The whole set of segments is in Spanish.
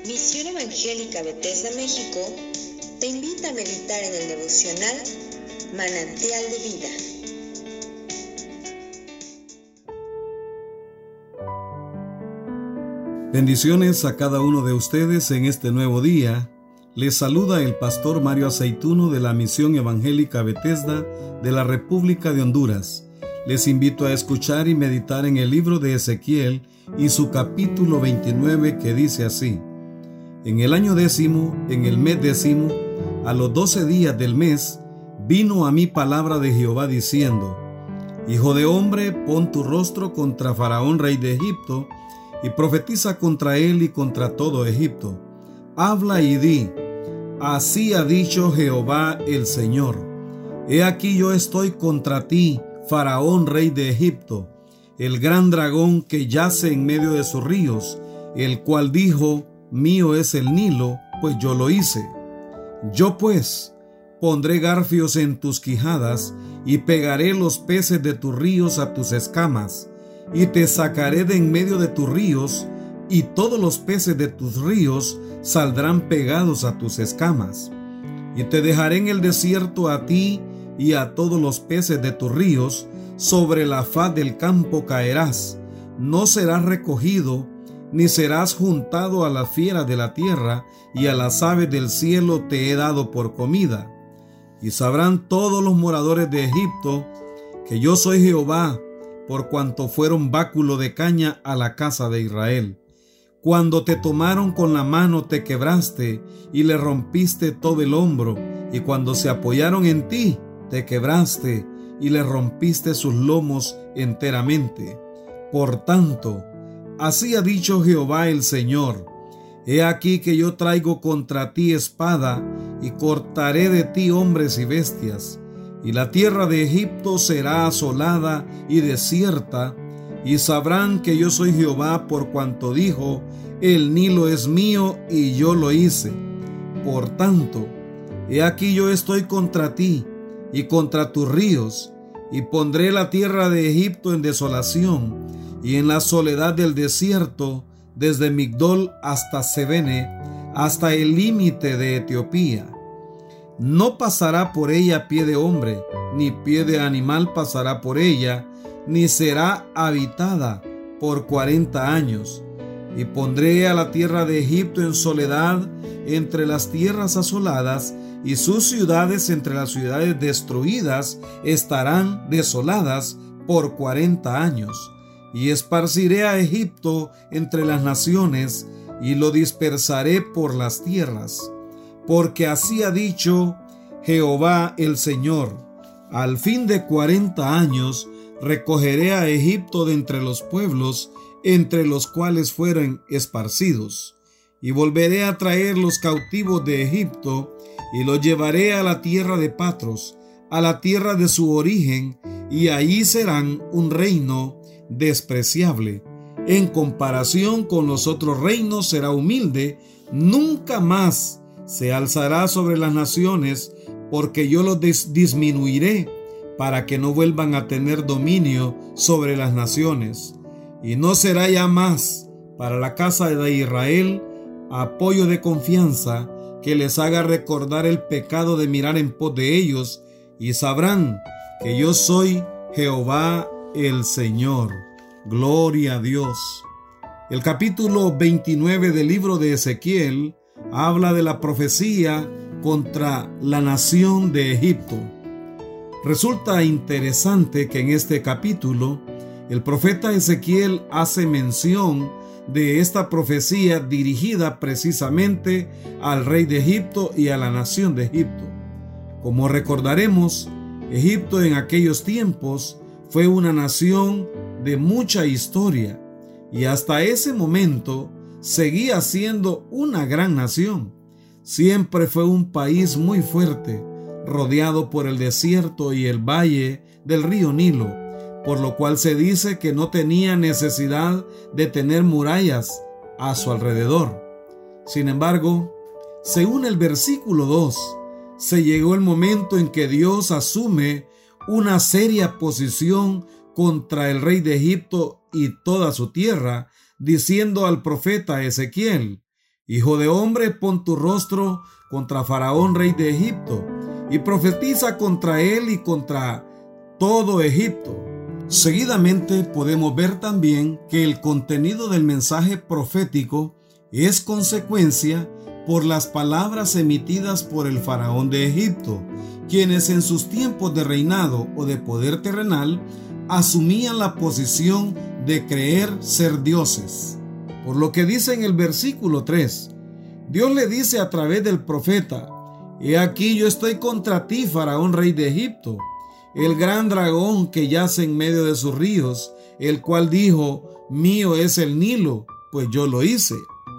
Misión Evangélica Bethesda, México, te invita a meditar en el devocional Manantial de Vida. Bendiciones a cada uno de ustedes en este nuevo día. Les saluda el pastor Mario Aceituno de la Misión Evangélica Bethesda de la República de Honduras. Les invito a escuchar y meditar en el libro de Ezequiel y su capítulo 29, que dice así: En el año 10, en el mes 10, a los 12 días del mes, vino a mí palabra de Jehová diciendo: Hijo de hombre, pon tu rostro contra Faraón, rey de Egipto, y profetiza contra él y contra todo Egipto. Habla y di: Así ha dicho Jehová el Señor: He aquí yo estoy contra ti, Faraón, rey de Egipto, el gran dragón que yace en medio de sus ríos, el cual dijo: Mío es el Nilo, pues yo lo hice. Yo pues pondré garfios en tus quijadas y pegaré los peces de tus ríos a tus escamas, y te sacaré de en medio de tus ríos, y todos los peces de tus ríos saldrán pegados a tus escamas. Y te dejaré en el desierto a ti y a todos los peces de tus ríos, sobre la faz del campo caerás, no serás recogido, ni serás juntado a las fieras de la tierra, y a las aves del cielo te he dado por comida. Y sabrán todos los moradores de Egipto que yo soy Jehová, por cuanto fueron báculo de caña a la casa de Israel. Cuando te tomaron con la mano te quebraste, y le rompiste todo el hombro, y cuando se apoyaron en ti, te quebraste, y le rompiste sus lomos enteramente. Por tanto, así ha dicho Jehová el Señor: He aquí que yo traigo contra ti espada, y cortaré de ti hombres y bestias, y la tierra de Egipto será asolada y desierta, y sabrán que yo soy Jehová, por cuanto dijo: El Nilo es mío y yo lo hice. Por tanto, he aquí yo estoy contra ti y contra tus ríos, y pondré la tierra de Egipto en desolación y en la soledad del desierto, desde Migdol hasta Sebene, hasta el límite de Etiopía. No pasará por ella pie de hombre, ni pie de animal pasará por ella, ni será habitada por 40 años. Y pondré a la tierra de Egipto en soledad entre las tierras asoladas, y sus ciudades entre las ciudades destruidas estarán desoladas por 40 años. Y esparciré a Egipto entre las naciones, y lo dispersaré por las tierras. Porque así ha dicho Jehová el Señor: Al fin de 40 años recogeré a Egipto de entre los pueblos entre los cuales fueron esparcidos, y volveré a traer los cautivos de Egipto, y los llevaré a la tierra de Patros, a la tierra de su origen, y allí serán un reino despreciable. En comparación con los otros reinos será humilde, nunca más se alzará sobre las naciones, porque yo los disminuiré, para que no vuelvan a tener dominio sobre las naciones. Y no será ya más para la casa de Israel apoyo de confianza que les haga recordar el pecado de mirar en pos de ellos, y sabrán que yo soy Jehová el Señor. Gloria a Dios. El capítulo 29 del libro de Ezequiel habla de la profecía contra la nación de Egipto. Resulta interesante que en este capítulo el profeta Ezequiel hace mención de esta profecía dirigida precisamente al rey de Egipto y a la nación de Egipto. Como recordaremos, Egipto en aquellos tiempos fue una nación de mucha historia, y hasta ese momento seguía siendo una gran nación. Siempre fue un país muy fuerte, rodeado por el desierto y el valle del río Nilo, por lo cual se dice que no tenía necesidad de tener murallas a su alrededor. Sin embargo, según el versículo 2, se llegó el momento en que Dios asume una seria posición contra el rey de Egipto y toda su tierra, diciendo al profeta Ezequiel: Hijo de hombre, pon tu rostro contra Faraón, rey de Egipto, y profetiza contra él y contra todo Egipto. Seguidamente podemos ver también que el contenido del mensaje profético es consecuencia por las palabras emitidas por el faraón de Egipto, quienes en sus tiempos de reinado o de poder terrenal asumían la posición de creer ser dioses. Por lo que dice en el versículo 3, Dios le dice a través del profeta: He aquí yo estoy contra ti, faraón, rey de Egipto, el gran dragón que yace en medio de sus ríos, el cual dijo: mío es el Nilo, pues yo lo hice.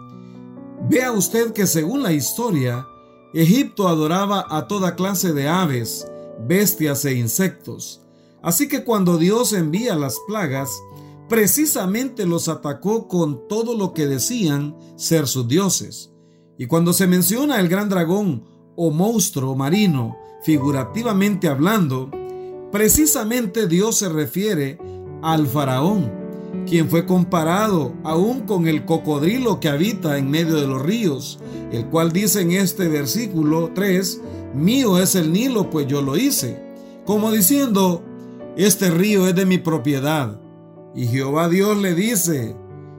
Vea usted que según la historia, Egipto adoraba a toda clase de aves, bestias e insectos. Así que cuando Dios envía las plagas, precisamente los atacó con todo lo que decían ser sus dioses. Y cuando se menciona el gran dragón o monstruo marino, figurativamente hablando, precisamente Dios se refiere al faraón, quien fue comparado aún con el cocodrilo que habita en medio de los ríos, el cual dice en este versículo 3, mío es el Nilo, pues yo lo hice, como diciendo: este río es de mi propiedad. Y Jehová Dios le dice: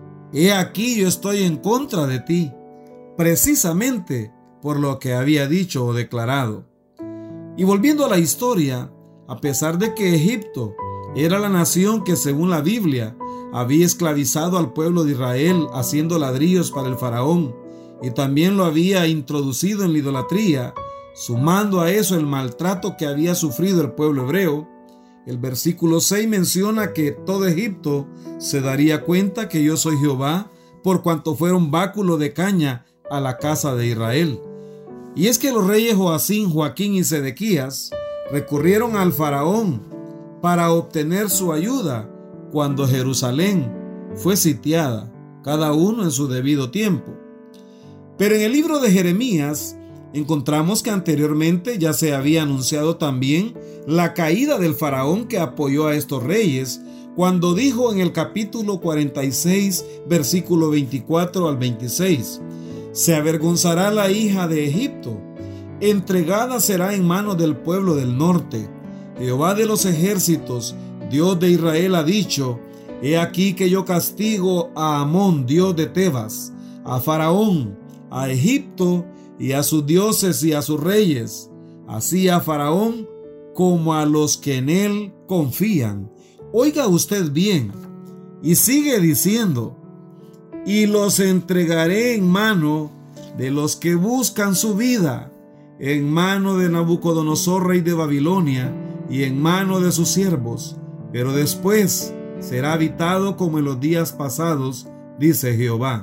he aquí yo estoy en contra de ti, precisamente por lo que había dicho o declarado. Y volviendo a la historia, a pesar de que Egipto era la nación que según la Biblia había esclavizado al pueblo de Israel haciendo ladrillos para el faraón, y también lo había introducido en la idolatría, sumando a eso el maltrato que había sufrido el pueblo hebreo, el versículo 6 menciona que todo Egipto se daría cuenta que yo soy Jehová, por cuanto fueron báculo de caña a la casa de Israel. Y es que los reyes Joacín, Joaquín y Sedequías recurrieron al faraón para obtener su ayuda cuando Jerusalén fue sitiada, cada uno en su debido tiempo. Pero en el libro de Jeremías encontramos que anteriormente ya se había anunciado también la caída del faraón que apoyó a estos reyes, cuando dijo en el capítulo 46, versículo 24 al 26, se avergonzará la hija de Egipto, entregada será en manos del pueblo del norte. Jehová de los ejércitos, Dios de Israel, ha dicho: he aquí que yo castigo a Amón, dios de Tebas, a Faraón, a Egipto y a sus dioses y a sus reyes, así a Faraón como a los que en él confían. Oiga usted bien, y sigue diciendo: y los entregaré en mano de los que buscan su vida, en mano de Nabucodonosor, rey de Babilonia, y en mano de sus siervos, pero después será habitado como en los días pasados, dice Jehová.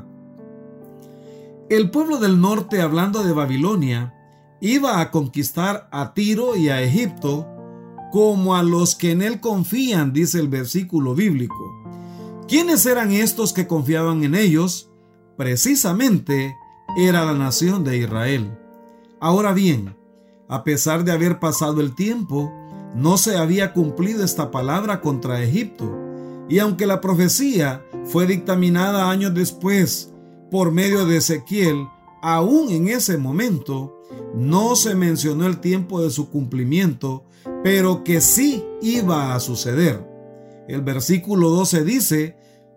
El pueblo del norte, hablando de Babilonia, iba a conquistar a Tiro y a Egipto como a los que en él confían, dice el versículo bíblico. ¿Quiénes eran estos que confiaban en ellos? Precisamente era la nación de Israel. Ahora bien, a pesar de haber pasado el tiempo, no se había cumplido esta palabra contra Egipto, y aunque la profecía fue dictaminada años después por medio de Ezequiel, aún en ese momento no se mencionó el tiempo de su cumplimiento, pero que sí iba a suceder. El versículo 12 dice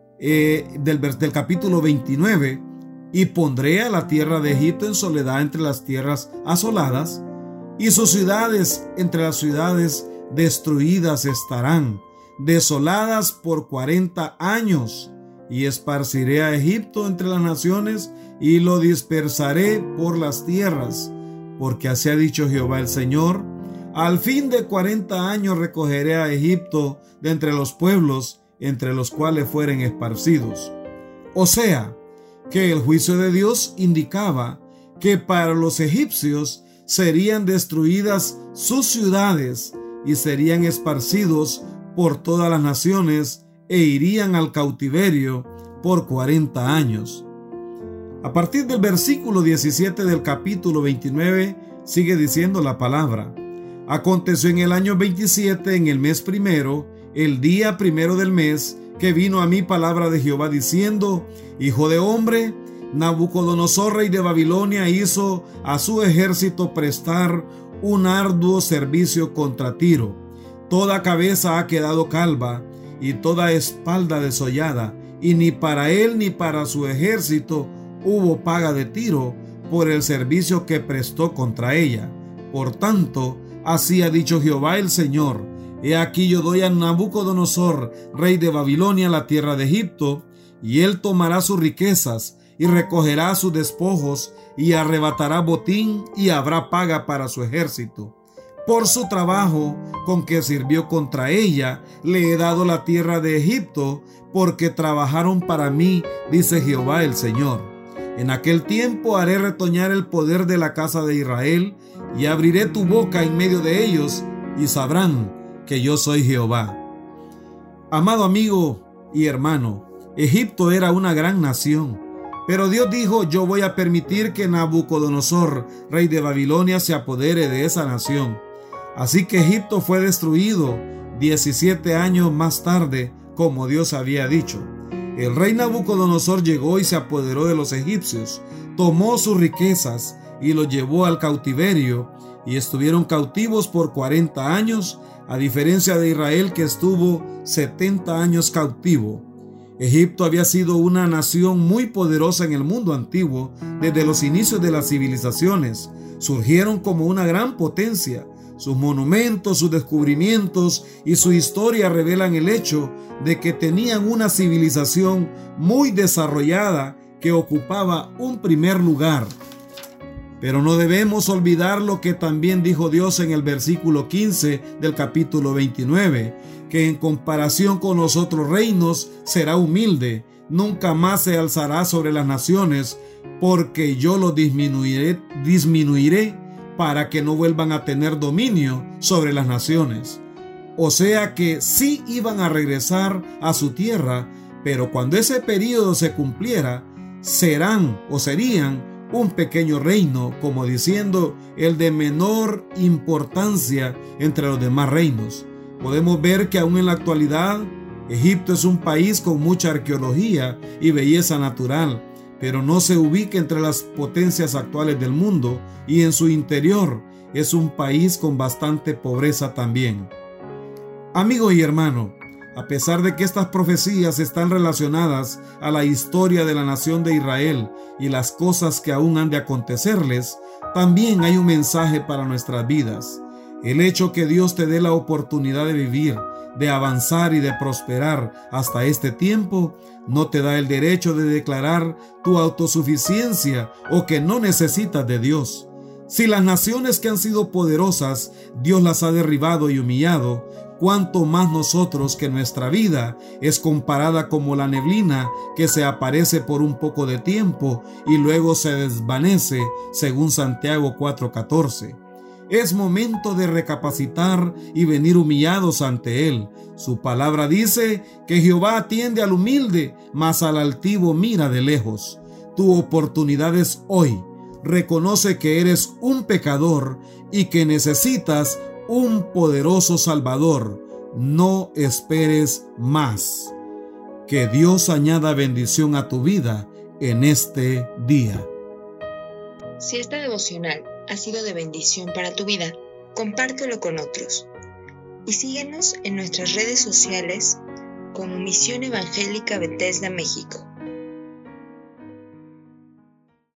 del capítulo 29: y pondré a la tierra de Egipto en soledad entre las tierras asoladas, y sus ciudades entre las ciudades destruidas estarán, desoladas por 40 años. Y esparciré a Egipto entre las naciones y lo dispersaré por las tierras, porque así ha dicho Jehová el Señor: al fin de 40 años recogeré a Egipto de entre los pueblos entre los cuales fueren esparcidos. O sea, que el juicio de Dios indicaba que para los egipcios serían destruidas sus ciudades y serían esparcidos por todas las naciones e irían al cautiverio por 40 años. A partir del versículo 17 del capítulo 29 sigue diciendo la palabra: aconteció en el año 27, en el mes primero, el día primero del mes, que vino a mí palabra de Jehová diciendo: hijo de hombre, Nabucodonosor, rey de Babilonia, hizo a su ejército prestar un arduo servicio contra Tiro. Toda cabeza ha quedado calva y toda espalda desollada, y ni para él ni para su ejército hubo paga de Tiro por el servicio que prestó contra ella. Por tanto, así ha dicho Jehová el Señor: he aquí yo doy a Nabucodonosor, rey de Babilonia, la tierra de Egipto, y él tomará sus riquezas y recogerá sus despojos y arrebatará botín y habrá paga para su ejército. Por su trabajo con que sirvió contra ella, le he dado la tierra de Egipto, porque trabajaron para mí, dice Jehová el Señor. En aquel tiempo haré retoñar el poder de la casa de Israel, y abriré tu boca en medio de ellos, y sabrán que yo soy Jehová. Amado amigo y hermano, Egipto era una gran nación, pero Dios dijo: yo voy a permitir que Nabucodonosor, rey de Babilonia, se apodere de esa nación. Así que Egipto fue destruido 17 años más tarde, como Dios había dicho. El rey Nabucodonosor llegó y se apoderó de los egipcios, tomó sus riquezas y los llevó al cautiverio, y estuvieron cautivos por 40 años, a diferencia de Israel, que estuvo 70 años cautivo. Egipto había sido una nación muy poderosa en el mundo antiguo desde los inicios de las civilizaciones. Surgieron como una gran potencia. Sus monumentos, sus descubrimientos y su historia revelan el hecho de que tenían una civilización muy desarrollada que ocupaba un primer lugar. Pero no debemos olvidar lo que también dijo Dios en el versículo 15 del capítulo 29, que en comparación con los otros reinos será humilde, nunca más se alzará sobre las naciones, porque yo lo disminuiré para que no vuelvan a tener dominio sobre las naciones. O sea que sí iban a regresar a su tierra, pero cuando ese período se cumpliera, serían un pequeño reino, como diciendo, el de menor importancia entre los demás reinos. Podemos ver que aún en la actualidad, Egipto es un país con mucha arqueología y belleza natural, pero no se ubica entre las potencias actuales del mundo, y en su interior es un país con bastante pobreza también. Amigo y hermano, a pesar de que estas profecías están relacionadas a la historia de la nación de Israel y las cosas que aún han de acontecerles, también hay un mensaje para nuestras vidas. El hecho que Dios te dé la oportunidad de vivir, de avanzar y de prosperar hasta este tiempo, no te da el derecho de declarar tu autosuficiencia o que no necesitas de Dios. Si las naciones que han sido poderosas, Dios las ha derribado y humillado, cuánto más nosotros, que nuestra vida es comparada como la neblina que se aparece por un poco de tiempo y luego se desvanece, según Santiago 4:14. Es momento de recapacitar y venir humillados ante Él. Su palabra dice que Jehová atiende al humilde, mas al altivo mira de lejos. Tu oportunidad es hoy. Reconoce que eres un pecador y que necesitas un poderoso Salvador. No esperes más. Que Dios añada bendición a tu vida en este día. Si esta devocional ha sido de bendición para tu vida, compártelo con otros. Y síguenos en nuestras redes sociales como Misión Evangélica Bethesda México.